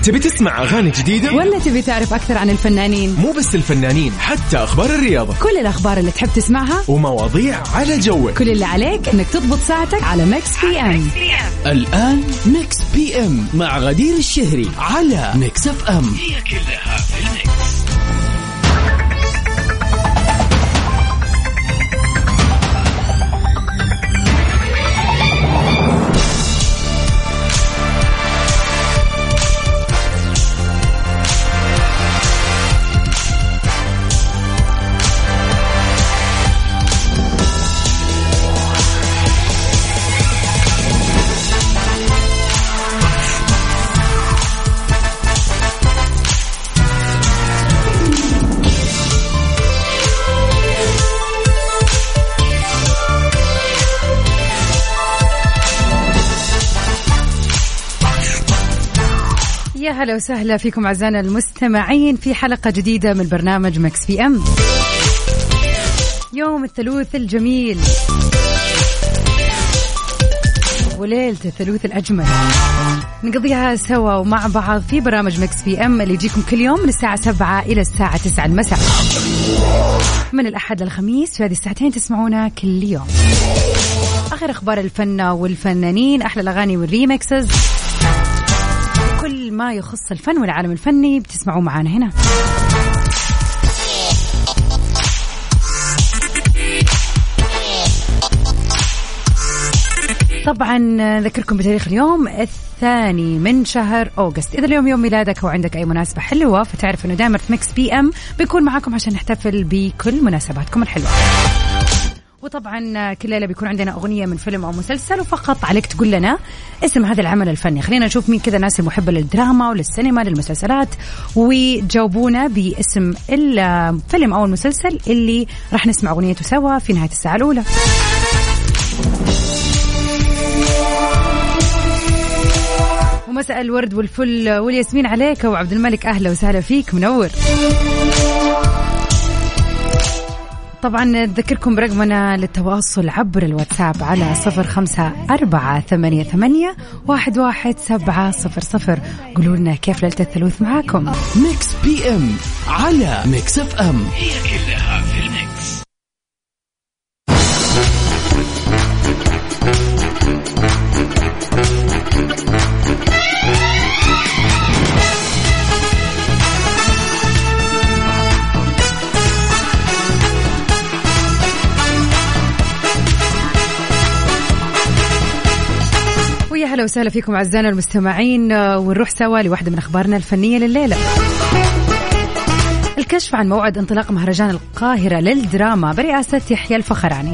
تبي تسمع أغاني جديدة ولا تبي تعرف أكثر عن الفنانين؟ مو بس الفنانين، حتى أخبار الرياضة، كل الأخبار اللي تحب تسمعها ومواضيع على جوك. كل اللي عليك إنك تضبط ساعتك على ميكس بي ام. الآن ميكس بي ام مع غدير الشهري على ميكس اف ام. هي كلها في الميكس. يا هلا وسهلا فيكم أعزائنا المستمعين في حلقة جديدة من برنامج ميكس بي ام. يوم الثلاث الجميل وليلة الثلاث الأجمل نقضيها سوا ومع بعض في برامج ميكس بي ام اللي يجيكم كل يوم من الساعة 7 إلى الساعة 9 المساء، من الأحد للخميس. في هذه الساعتين تسمعونا كل يوم آخر أخبار الفن والفنانين، أحلى الأغاني والريمكسز، كل ما يخص الفن والعالم الفني بتسمعوه معانا هنا. طبعا ذكركم بتاريخ اليوم 2 من شهر أغسطس. إذا اليوم يوم ميلادك أو عندك أي مناسبة حلوة فتعرف أنه دائما في ميكس بي ام بيكون معاكم عشان نحتفل بكل مناسباتكم الحلوة. وطبعا كل ليلة بيكون عندنا أغنية من فيلم أو مسلسل، وفقط عليك تقول لنا اسم هذا العمل الفني. خلينا نشوف مين كذا ناس المحبة للدراما وللسينما للمسلسلات، وجاوبونا باسم الفيلم أو المسلسل اللي راح نسمع أغنيته سوا في نهاية الساعة الأولى. ومساء الورد والفل والياسمين عليك وعبد الملك، أهلا وسهلا فيك، منور. طبعا نذكركم برقمنا للتواصل عبر الواتساب على 0548811700. قولوا لنا كيف ليلة الثلاث معاكم. ميكس بي ام على ميكس اف ام، هي كلها في الميكس. أهلا وسهلا فيكم أعزائنا المستمعين، ونروح سوا لواحدة من أخبارنا الفنية لليلة. الكشف عن موعد انطلاق مهرجان القاهرة للدراما برئاسة يحيى الفخراني.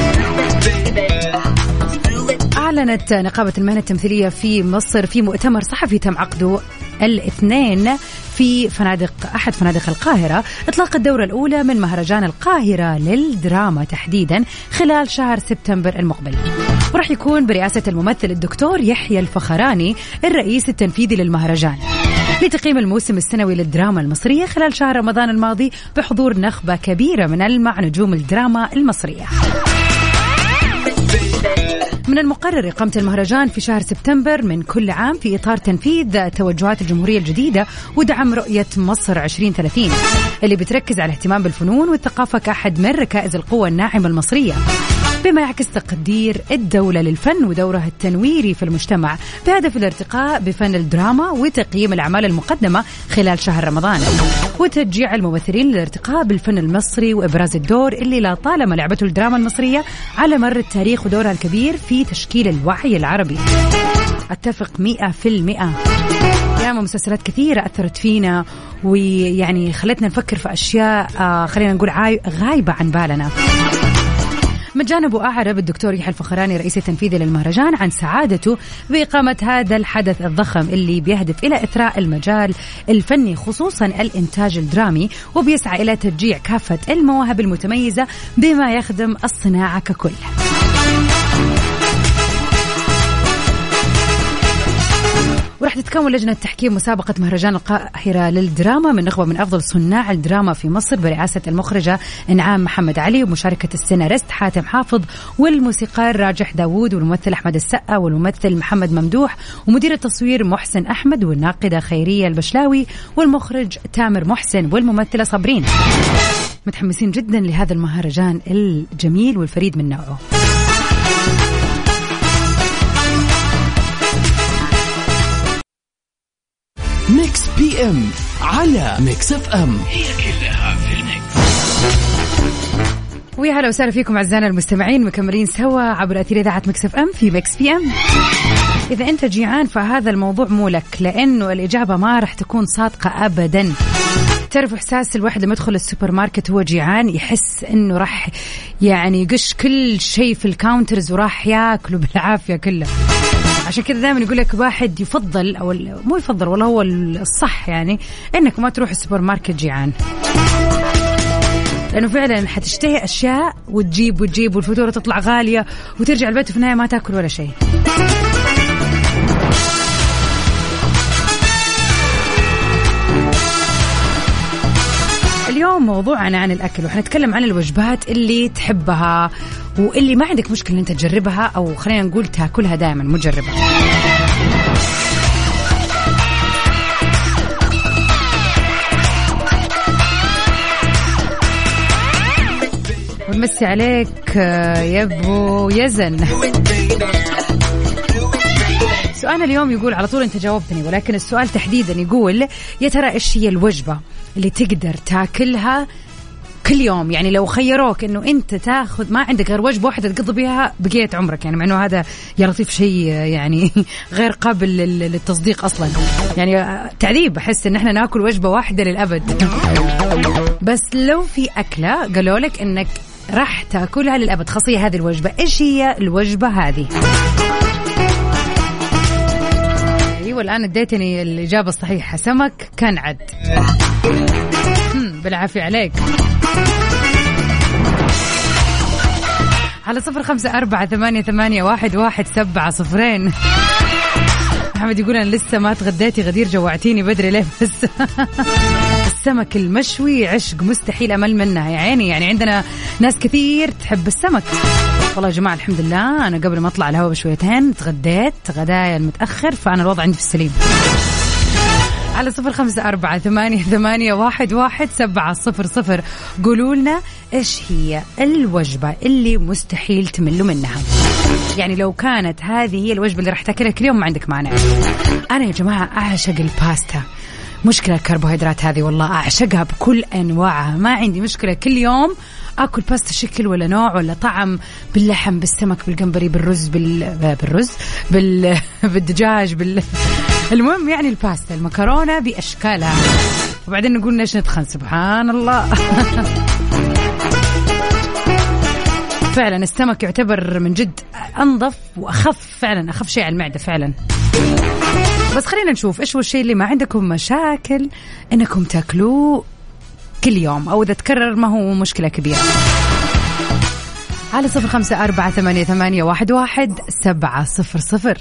أعلنت نقابة المهنة التمثيلية في مصر في مؤتمر صحفي تم عقده الاثنين في أحد فنادق القاهرة إطلاق الدورة الأولى من مهرجان القاهرة للدراما تحديدا خلال شهر سبتمبر المقبل، ورح يكون برئاسة الممثل الدكتور يحيى الفخراني الرئيس التنفيذي للمهرجان لتقييم الموسم السنوي للدراما المصرية خلال شهر رمضان الماضي بحضور نخبة كبيرة من ألمع نجوم الدراما المصرية. من المقرر إقامة المهرجان في شهر سبتمبر من كل عام في إطار تنفيذ توجهات الجمهورية الجديدة ودعم رؤية مصر 2030 اللي بتركز على الاهتمام بالفنون والثقافة كأحد من ركائز القوى الناعمة المصرية، بما يعكس تقدير الدولة للفن ودورها التنويري في المجتمع بهدف الارتقاء بفن الدراما وتقييم الأعمال المقدمة خلال شهر رمضان وتشجيع الممثلين للارتقاء بالفن المصري وإبراز الدور اللي لا طالما لعبته الدراما المصرية على مر التاريخ ودورها الكبير في تشكيل الوعي العربي. أتفق 100%. ياما مسلسلات كثيرة أثرت فينا ويعني خلتنا نفكر في أشياء خلينا نقول غايبة عن بالنا. من جانبه أعرب الدكتور يحيى الفخراني رئيس التنفيذي للمهرجان عن سعادته بإقامة هذا الحدث الضخم اللي بيهدف إلى إثراء المجال الفني خصوصا الإنتاج الدرامي، وبيسعى إلى تشجيع كافة المواهب المتميزة بما يخدم الصناعة ككل. ورح راح تتكون لجنة تحكيم مسابقة مهرجان القاهرة للدراما من نخبة من أفضل صناع الدراما في مصر برئاسة المخرجة إنعام محمد علي ومشاركة السيناريست حاتم حافظ والموسيقار راجح داوود والممثل أحمد السقا والممثل محمد ممدوح ومدير التصوير محسن أحمد والناقدة خيرية البشلاوي والمخرج تامر محسن والممثلة صابرين. متحمسين جدا لهذا المهرجان الجميل والفريد من نوعه. ميكس بي ام على ميكس اف ام، هي كلها في الميكس. ويا هلا وسهلا فيكم أعزائنا المستمعين، مكملين سوا عبر أثير إذاعة ميكس اف ام في ميكس بي ام. إذا أنت جيعان فهذا الموضوع مو لك، لأنه الإجابة ما راح تكون صادقة أبدا. تعرف إحساس الواحد لما يدخل السوبر ماركت هو جيعان يحس إنه راح يعني يقش كل شيء في الكاونترز وراح ياكله بالعافية كله. عشان كذا دائما يقول لك واحد يفضل أو مو يفضل والله هو الصح يعني إنك ما تروح السوبر ماركت جيعان، لأنه فعلا حتشتهي أشياء وتجيب والفاتورة تطلع غالية وترجع البيت وفي النهاية ما تأكل ولا شيء. اليوم موضوعنا عن الأكل، وحنتكلم عن الوجبات اللي تحبها واللي ما عندك مشكلة أنت تجربها، أو خلينا نقول تاكلها دائما مجربة. ونمسي عليك يا ابو يزن. سؤالنا اليوم يقول، على طول انت جاوبتني، ولكن السؤال تحديدا يقول يا ترى ايش هي الوجبة اللي تقدر تاكلها كل يوم؟ يعني لو خيروك انه انت تاخذ ما عندك غير وجبة واحدة تقضي بها بقية عمرك، يعني مع انه هذا يا لطيف شيء يعني غير قابل للتصديق اصلا، يعني تعذيب احس ان احنا ناكل وجبة واحدة للابد. بس لو في اكلة قالوا لك انك راح تاكلها للابد، خاصية هذه الوجبة، ايش هي الوجبة هذه؟ والآن اديتني الإجابة الصحيحة، سمك كان عد. بالعافية عليك. على 0548811700. محمد يقول أنا لسه ما تغديتي غدير، جوعتيني بدري ليه بس؟ السمك المشوي عشق مستحيل أمل منها يا عيني، يعني عندنا ناس كثير تحب السمك. والله يا جماعة الحمد لله أنا قبل ما أطلع الهواء بشويتين تغديت غدايا المتأخر، فأنا الوضع عندي في السليم. على 0548811700 قولوا لنا إيش هي الوجبة اللي مستحيل تملوا منها. يعني لو كانت هذه هي الوجبة اللي راح تاكلها كل يوم ما عندك مانع. أنا يا جماعة أعشق الباستا، مشكلة الكربوهيدرات هذه والله أعشقها بكل أنواعها، ما عندي مشكلة كل يوم أكل باستا شكل ولا نوع ولا طعم، باللحم بالسمك بالجمبري بالرز بالدجاج المهم يعني الباستا المكرونة بأشكالها، وبعدين نقول ليش نتخن سبحان الله. فعلا السمك يعتبر من جد أنظف وأخف، فعلا أخف شيء على المعدة فعلا. بس خلينا نشوف إيش هو الشيء اللي ما عندكم مشاكل إنكم تاكلوه كل يوم، أو إذا تكرر ما هو مشكلة كبيرة. على 0548811700.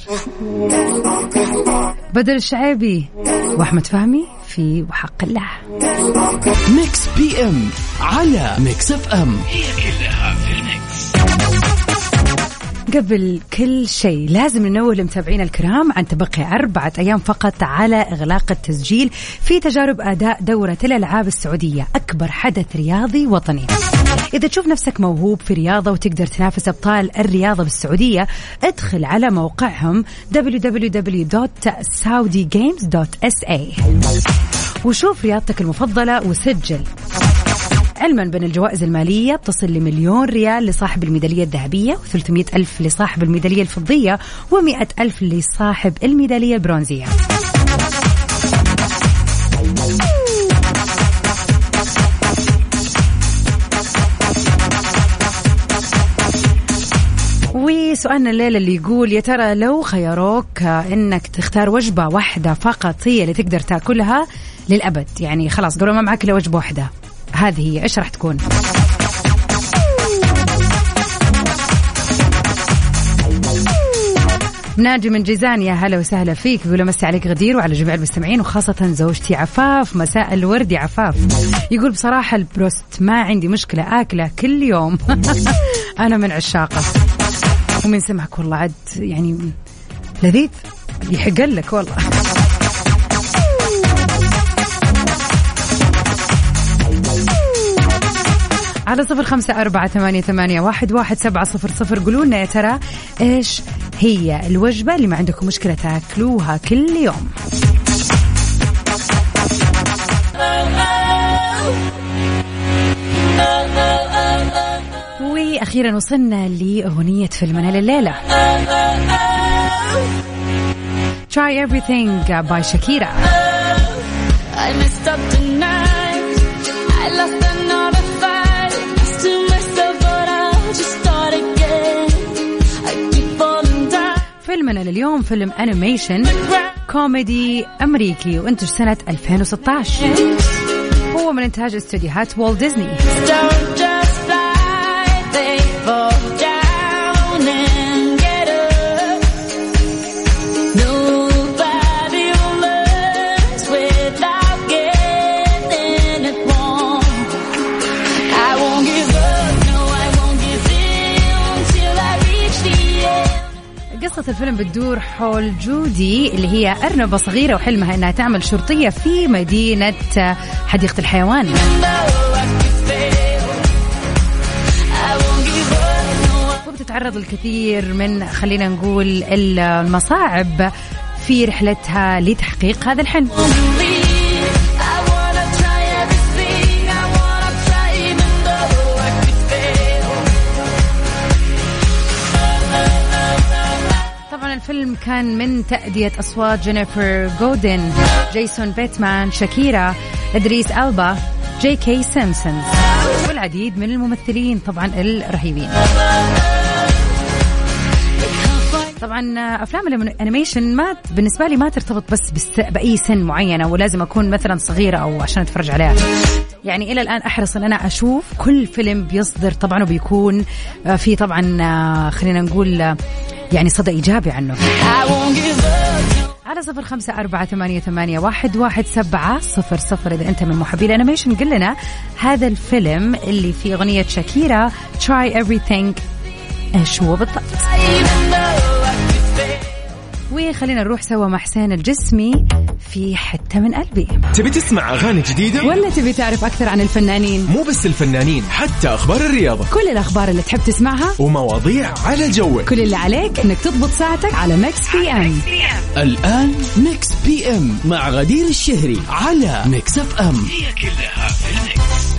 بدر الشعيبي وأحمد فهمي في وحق الله. ميكس بي ام على ميكس اف ام، هي كلها في الميكس. قبل كل شيء لازم ننوه لمتابعينا الكرام عن تبقي 4 أيام فقط على إغلاق التسجيل في تجارب أداء دورة الألعاب السعودية، أكبر حدث رياضي وطني. إذا تشوف نفسك موهوب في رياضة وتقدر تنافس أبطال الرياضة بالسعودية، ادخل على موقعهم www.saudigames.sa وشوف رياضتك المفضلة وسجل، علما بأن الجوائز المالية تصل ل1,000,000 ريال لصاحب الميدالية الذهبية، و300,000 لصاحب الميدالية الفضية، و100,000 لصاحب الميدالية البرونزية. وسؤالنا الليلة اللي يقول يا ترى لو خيروك انك تختار وجبة واحدة فقط هي اللي تقدر تاكلها للأبد، يعني خلاص قبل ما معك إلا وجبة واحدة، هذه هي إيش راح تكون؟ ناجي من جيزان يا هلا وسهلا فيك، يقول مسي عليك غدير وعلى جميع المستمعين وخاصة زوجتي عفاف. مساء الورد يا عفاف. يقول بصراحة البروست ما عندي مشكلة آكله كل يوم. أنا من عشاقه ومن سمعك والله عد يعني لذيذ يحق لك والله. على 0548811700 قولوا لنا يا ترى إيش هي الوجبة اللي ما عندكم مشكلة تاكلوها كل يوم. وأخيرا وصلنا لأغنية فيلمنا لليلة Try Everything by Shakira. I messed up tonight. I lost another fight. I still messed up but I'll just start again. I keep falling down. فيلمنا لليوم فيلم أنيميشن كوميدي أمريكي وانتج سنة 2016. هو من إنتاج استوديوهات والت ديزني. قصة الفيلم بتدور حول جودي اللي هي أرنبة صغيرة وحلمها أنها تعمل شرطية في مدينة حديقة الحيوان. وبتتعرض الكثير من خلينا نقول المصاعب في رحلتها لتحقيق هذا الحلم. الفيلم كان من تأدية أصوات جينيفر جودن، جيسون بيتمان، شاكيرا، إدريس ألبا، جي كي سيمسون والعديد من الممثلين طبعا الرهيبين. طبعا أفلام الأنيميشن ما بالنسبة لي ما ترتبط بس بأي سن معينة ولازم أكون مثلا صغيرة أو عشان أتفرج عليها. يعني إلى الآن أحرص أن أنا أشوف كل فيلم بيصدر طبعا وبيكون في طبعا خلينا نقول يعني صدى إيجابي عنه. على 0548811700 إذا أنت من محبي الأنيميشن قل لنا هذا الفيلم اللي فيه أغنية شاكيرا Try Everything إيش هو بالضبط. وخلينا نروح سوا مع حسين الجسمي في حتة من قلبي. تبي تسمع أغاني جديدة ولا تبي تعرف أكثر عن الفنانين؟ مو بس الفنانين حتى أخبار الرياضة، كل الأخبار اللي تحب تسمعها ومواضيع على جوك. كل اللي عليك إنك تضبط ساعتك على ميكس بي ام. الآن ميكس بي ام مع غدير الشهري على ميكس اف ام. هي كلها في الميكس.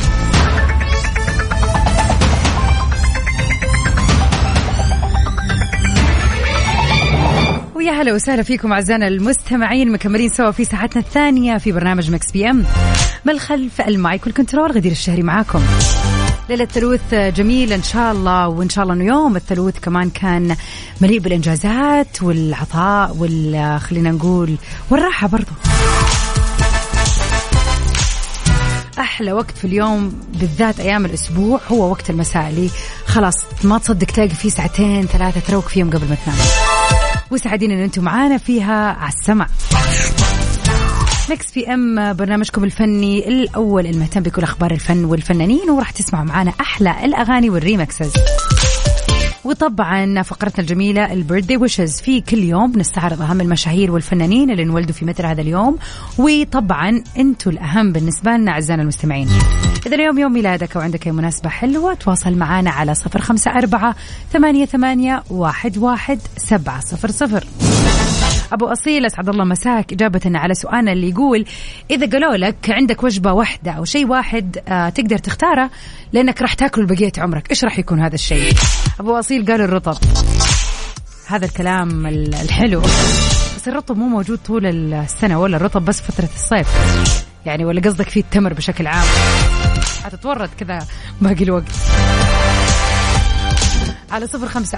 ويا هلا وسهلا فيكم أعزائنا المستمعين، مكملين سوا في ساعتنا الثانية في برنامج مكس بي ام. من الخلف المايك والكنترول غدير الشهري معاكم. ليلة الثلاث جميلة إن شاء الله، وإن شاء الله إنه يوم الثلاث كمان كان مليء بالإنجازات والعطاء خلينا نقول والراحة برضو. أحلى وقت في اليوم بالذات أيام الأسبوع هو وقت المساء اللي خلاص ما تصدق تلاقي فيه ساعتين ثلاثة تروق فيهم قبل ما تنام. وسعيدين ان انتم معانا فيها على السمع. ميكس بي ام برنامجكم الفني الاول المهتم بكل اخبار الفن والفنانين، وراح تسمعوا معانا احلى الاغاني والريمكسز. وطبعا فقرتنا الجميله البيرثدي ويشز، في كل يوم بنستعرض اهم المشاهير والفنانين اللي انولدوا في مثل هذا اليوم، وطبعا انتم الاهم بالنسبه لنا اعزائنا المستمعين. إذا اليوم يوم ميلادك وعندك أي مناسبة حلوة تواصل معنا على 0548811700. أبو أصيل أسعد الله مساك، إجابة على سؤالنا اللي يقول إذا قالوا لك عندك وجبة واحدة أو شيء واحد تقدر تختاره لأنك راح تاكل بقية عمرك، إيش راح يكون هذا الشيء؟ أبو أصيل قال الرطب. هذا الكلام الحلو، بس الرطب مو موجود طول السنة ولا الرطب بس فترة الصيف يعني، ولا قصدك فيه التمر بشكل عام هتتورد كذا باقي الوقت. على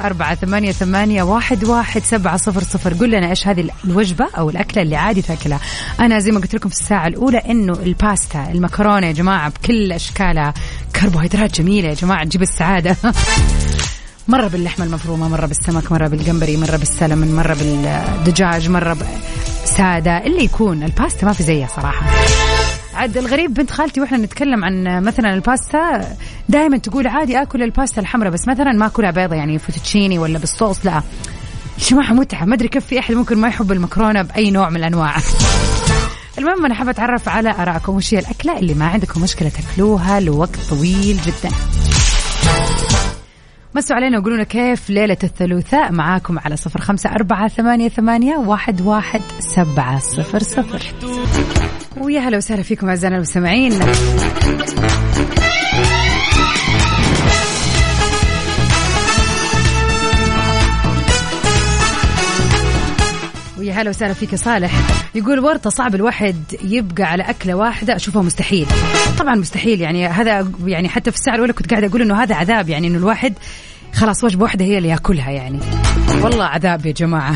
0548811700 قل لنا إيش هذه الوجبة أو الأكلة اللي عادي تاكلها. أنا زي ما قلت لكم في الساعة الأولى إنه الباستا المكرونة يا جماعة بكل أشكالها كربوهيدرات جميلة يا جماعة تجيب السعادة. مرة باللحمة المفرومة، مرة بالسمك، مرة بالجمبري، مرة بالسلمون، مرة بالدجاج، مرة سادة، اللي يكون. الباستا ما في زيها صراحة. عاد الغريب بنت خالتي واحنا نتكلم عن مثلا الباستا دائما تقول عادي اكل الباستا الحمراء بس مثلا ما اكلها بيضة، يعني فوتوتشيني ولا بالصوص. لا جماعة متعة، ما ادري كيف في احد ممكن ما يحب المكرونة باي نوع من الانواع. المهم انا حابة اتعرف على ارائكم، وش هي الاكلة اللي ما عندكم مشكلة تاكلوها لوقت طويل جدا؟ مسوا علينا وقولونا كيف ليلة الثلاثاء معاكم على 0548811700. ويا هلا وسهلا فيكم أعزائنا المستمعين. ويا هلا وسهلا فيك صالح. يقول ورطة صعب الواحد يبقى على أكلة واحدة، أشوفها مستحيل. طبعا مستحيل، يعني هذا يعني حتى في الساعة الأولى كنت قاعدة أقول إنه هذا عذاب، يعني إنه الواحد خلاص وجبة واحدة هي اللي يأكلها، يعني والله عذاب يا جماعة.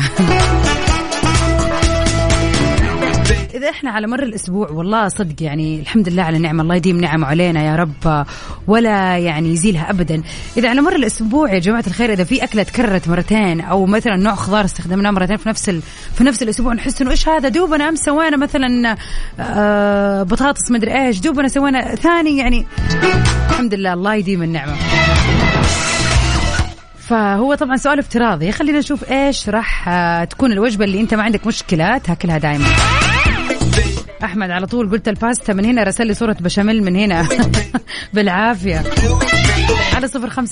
إذا إحنا على مر الأسبوع والله صدق يعني الحمد لله على نعمة، الله يديم نعمه علينا يا رب ولا يعني يزيلها أبدا. إذا على مر الأسبوع يا جماعة الخير إذا في أكلة تكررت مرتين أو مثلا نوع خضار استخدمناه مرتين في نفس الأسبوع، نحس إنه إيش هذا، دوبنا أمس سوينا مثلا بطاطس مدري إيش، دوبنا سوينا ثاني، يعني الحمد لله الله يديم النعمة. فهو طبعا سؤال افتراضي، خلينا نشوف إيش راح تكون الوجبة اللي أنت ما عندك مشكلة تاكلها دائما. أحمد على طول قلت الباستا من هنا، رسل لي صورة بشاميل من هنا. بالعافية. على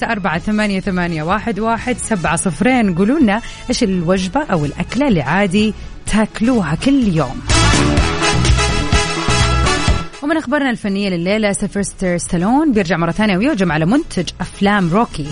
0548811700 قولوا لنا إيش الوجبة أو الأكلة اللي عادي تاكلوها كل يوم. ومن أخبارنا الفنية لليلة، سيلفستر ستالون بيرجع مرة ثانية ويهجم على منتج أفلام روكي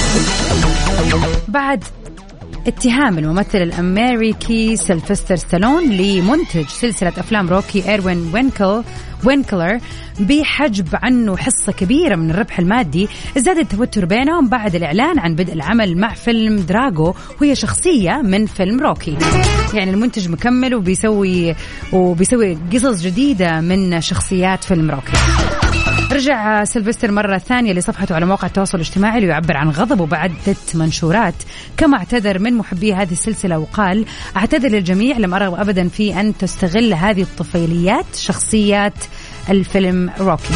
بعد اتهام الممثل الأمريكي سيلفستر ستالون لمنتج سلسلة أفلام روكي إيروين وينكلر بحجب عنه حصة كبيرة من الربح المادي. ازداد التوتر بينهم بعد الإعلان عن بدء العمل مع فيلم دراغو، وهي شخصية من فيلم روكي. يعني المنتج مكمل وبيسوي قصص جديدة من شخصيات فيلم روكي. رجع سيلفستر مرة ثانية لصفحته على مواقع التواصل الاجتماعي ليعبر عن غضبه بعدة منشورات، كما اعتذر من محبي هذه السلسلة وقال: أعتذر للجميع، لم أرغب أبدا في أن تستغل هذه الطفيليات شخصيات الفيلم روكي.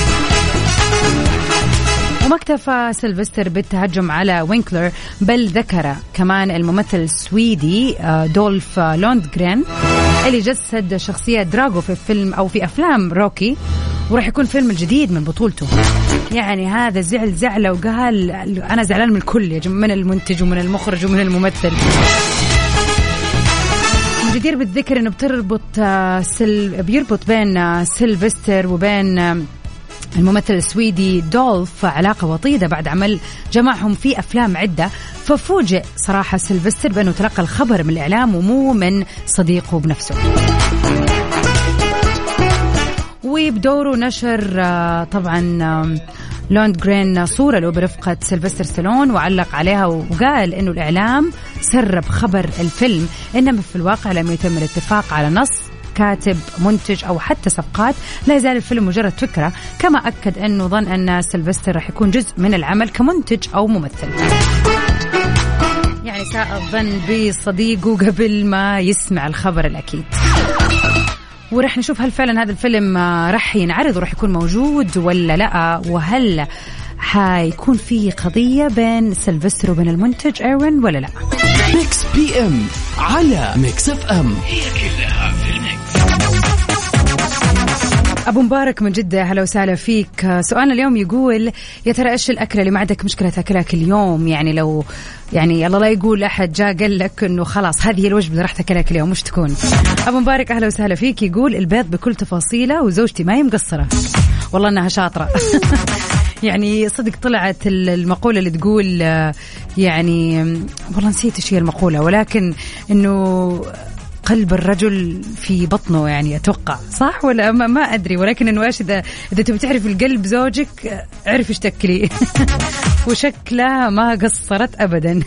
وما اكتفى سيلفستر بالتهجم على وينكلر، بل ذكر كمان الممثل السويدي دولف لوندغرين اللي جسد شخصية دراغو في فيلم أو في أفلام روكي، وراح يكون فيلم الجديد من بطولته. يعني هذا زعله وقال أنا زعلان من الكل يا جماعة، من المنتج ومن المخرج ومن الممثل. جدير بالذكر إنه بيربط بين سيلفستر وبين الممثل السويدي دولف علاقة وطيدة بعد عمل جمعهم في أفلام عدة. ففوجئ صراحة سيلفستر بأنه تلقى الخبر من الإعلام ومو من صديقه بنفسه. وبدوره نشر طبعا لوندغرين صورة له برفقة سيلفستر ستالون وعلق عليها وقال إنه الإعلام سرب خبر الفيلم، إنما في الواقع لم يتم الاتفاق على نص كاتب منتج أو حتى صفقات، لا يزال الفيلم مجرد فكرة. كما أكد أنه ظن أن سيلفستر رح يكون جزء من العمل كمنتج أو ممثل. يعني ساء الظن بصديقه قبل ما يسمع الخبر الأكيد. ورح نشوف هل فعلا هذا الفيلم رح ينعرض ورح يكون موجود ولا لا، وهل حيكون في قضية بين سيلفستر وبين المنتج إيروين ولا لا. ميكس بي ام على ميكس اف ام، هي كلها في الميكس. أبو مبارك من جدة، هلا وسهلا فيك. سؤالنا اليوم يقول يا ترى إيش الأكلة اللي ما عندك مشكلة تاكلها كل يوم؟ يعني لو يعني الله لا يقول أحد جاء قال لك إنه خلاص هذه الوجبة اللي راح تاكلها كل يوم، مش تكون؟ أبو مبارك أهلا وسهلا فيك. يقول البيض بكل تفاصيله وزوجتي ما هي مقصرة، والله إنها شاطرة. يعني صدق طلعت المقولة اللي تقول يعني والله نسيت إيش هي المقولة، ولكن إنه قلب الرجل في بطنه، يعني أتوقع صح ولا ما أدري، ولكن إنه إيش إذا تبي تعرف القلب زوجك عرف إيش تأكلي. وشكلها ما قصرت أبدا.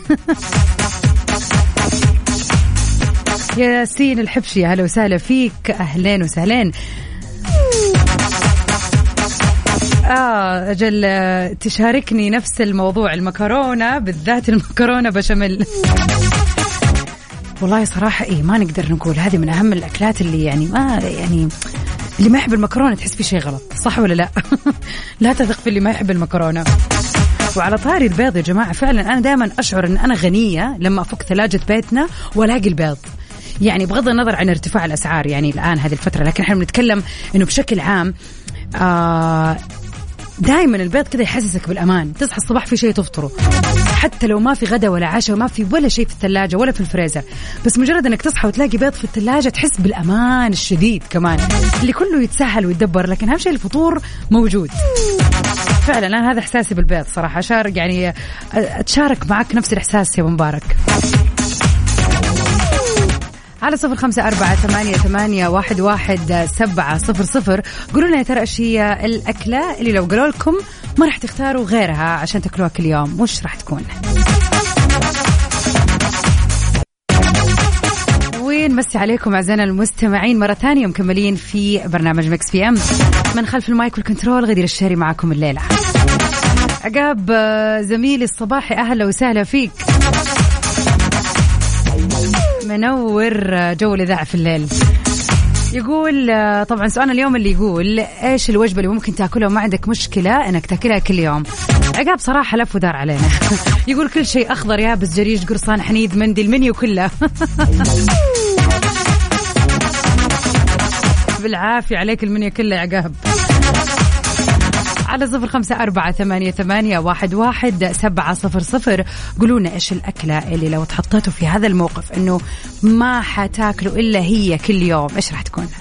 ياسين الحبشي هلا وسهلا فيك، أهلين وسهلين. أجل تشاركني نفس الموضوع المكرونة، بالذات المكرونة بشاميل. والله صراحة ما نقدر نقول هذه من أهم الأكلات اللي يعني اللي ما يحب المكرونة تحس في شيء غلط، صح ولا لا؟ لا تثق في اللي ما يحب المكرونة. وعلى طاري البيض يا جماعة، فعلا أنا دائما أشعر أن أنا غنية لما أفك ثلاجة بيتنا ولاقي البيض. يعني بغض النظر عن ارتفاع الأسعار يعني الآن هذه الفترة، لكن احنا بنتكلم إنه بشكل عام دائما البيض كذا يحسسك بالأمان. تصحى الصباح في شيء تفطره، حتى لو ما في غدا ولا عشاء وما في ولا شيء في الثلاجة ولا في الفريزر، بس مجرد أنك تصحى وتلاقي بيض في الثلاجة تحس بالأمان الشديد كمان، اللي كله يتسهل ويتدبر، لكن أهم شيء الفطور موجود. فعلا أنا هذا إحساسي بالبيض صراحة، أشارك يعني أتشارك معك نفس الإحساس يا مبارك. على 0548811700 قولوا لنا يا ترى ايش هي الأكلة اللي لو قالوا لكم ما راح تختاروا غيرها عشان تاكلوها كل يوم، وش راح تكون؟ ونمسي عليكم أعزائنا المستمعين مرة ثانية، مكملين في برنامج ميكس بي ام من خلف المايك والكنترول. غدير الشهري معكم الليلة. عقاب زميلي الصباحي، أهلا وسهلا فيك، منور جو الإذاعة في الليل. يقول طبعا سؤال اليوم اللي يقول ايش الوجبة اللي ممكن تاكلها وما عندك مشكلة انك تاكلها كل يوم؟ عقاب صراحة لف ودار علينا. يقول كل شيء اخضر، يابس، جريش، قرصان، حنيذ، مندي، المنيو كله. بالعافية عليك المنيو كله يا عقاب. على 0548811700 قولونا إيش الأكلة اللي لو تحطيتوا في هذا الموقف إنه ما حتاكلوا إلا هي كل يوم، إيش راح تكون؟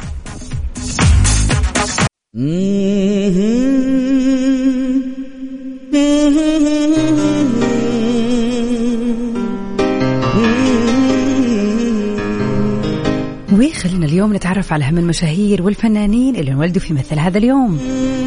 وخلينا اليوم نتعرف على أهم المشاهير والفنانين اللي انولدوا في مثل هذا اليوم.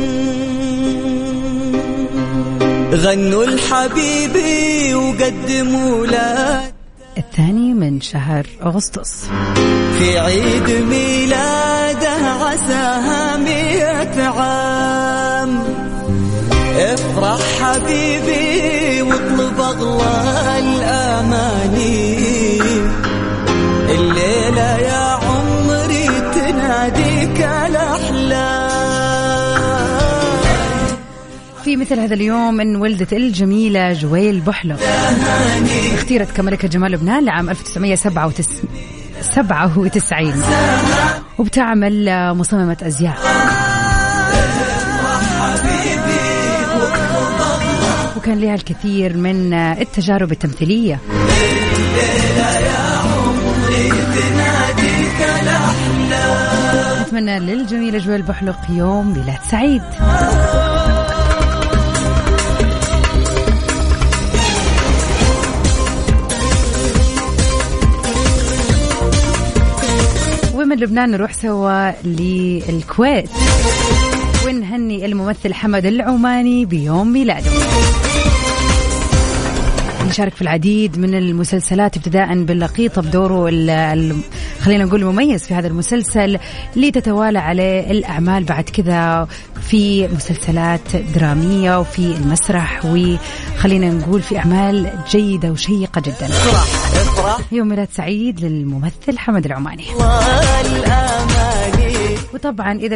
غنوا الحبيبي وقدموا له الثاني من شهر أغسطس في عيد ميلاده عساها 100 عام. افرح حبيبي واطلب أغلى الأماني، الليلة يا عمري تناديك الأحلام. في مثل هذا اليوم ان ولدت الجميلة جويل بحلق، اختيرت كملكة جمال لبنان لعام 1997 وبتعمل مصممة أزياء، وكان لها الكثير من التجارب التمثيلية. نتمنى للجميلة جويل بحلق يوم ميلاد سعيد. ومن لبنان نروح سوا للكويت ونهني الممثل حمد العماني بيوم ميلاده. يشارك في العديد من المسلسلات ابتداء باللقيطة بدوره خلينا نقول مميز في هذا المسلسل، لتتوالى عليه الأعمال بعد كذا في مسلسلات درامية وفي المسرح، وخلينا نقول في أعمال جيدة وشيقة جدا. يوم ميلاد سعيد للممثل حمد العماني. وطبعا إذا